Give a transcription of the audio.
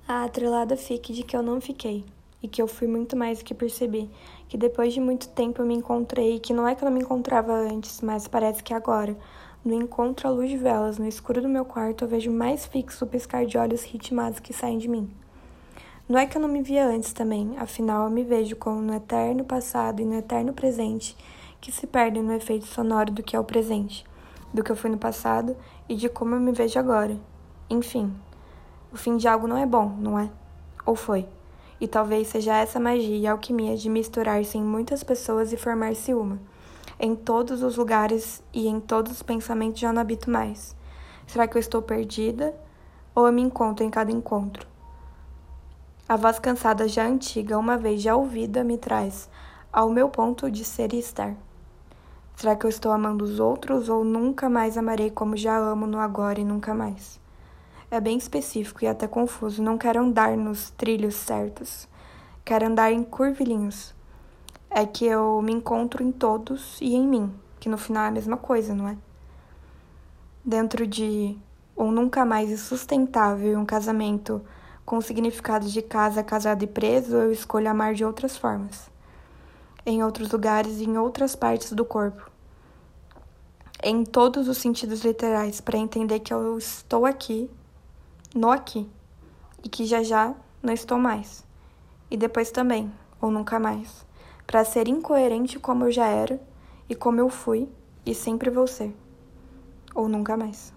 A atrelada fique de que eu não fiquei, e que eu fui muito mais do que percebi, que depois de muito tempo eu me encontrei, e que não é que eu não me encontrava antes, mas parece que agora, no encontro à luz de velas, no escuro do meu quarto, eu vejo mais fixo o piscar de olhos ritmados que saem de mim. Não é que eu não me via antes também, afinal eu me vejo como no eterno passado e no eterno presente, que se perdem no efeito sonoro do que é o presente, do que eu fui no passado e de como eu me vejo agora. Enfim, o fim de algo não é bom, não é? Ou foi? E talvez seja essa magia e alquimia de misturar-se em muitas pessoas e formar-se uma. Em todos os lugares e em todos os pensamentos já não habito mais. Será que eu estou perdida? Ou eu me encontro em cada encontro? A voz cansada já antiga, uma vez já ouvida, me traz ao meu ponto de ser e estar. Será que eu estou amando os outros ou nunca mais amarei como já amo no agora e nunca mais? É bem específico e até confuso. Não quero andar nos trilhos certos. Quero andar em curvilínhos. É que eu me encontro em todos e em mim, que no final é a mesma coisa, não é? Dentro de um nunca mais insustentável e um casamento com o significado de casa, casado e preso, eu escolho amar de outras formas. Em outros lugares e em outras partes do corpo. Em todos os sentidos literais, para entender que eu estou aqui, no aqui, e que já já não estou mais. E depois também, ou nunca mais. Para ser incoerente como eu já era, e como eu fui, e sempre vou ser. Ou nunca mais.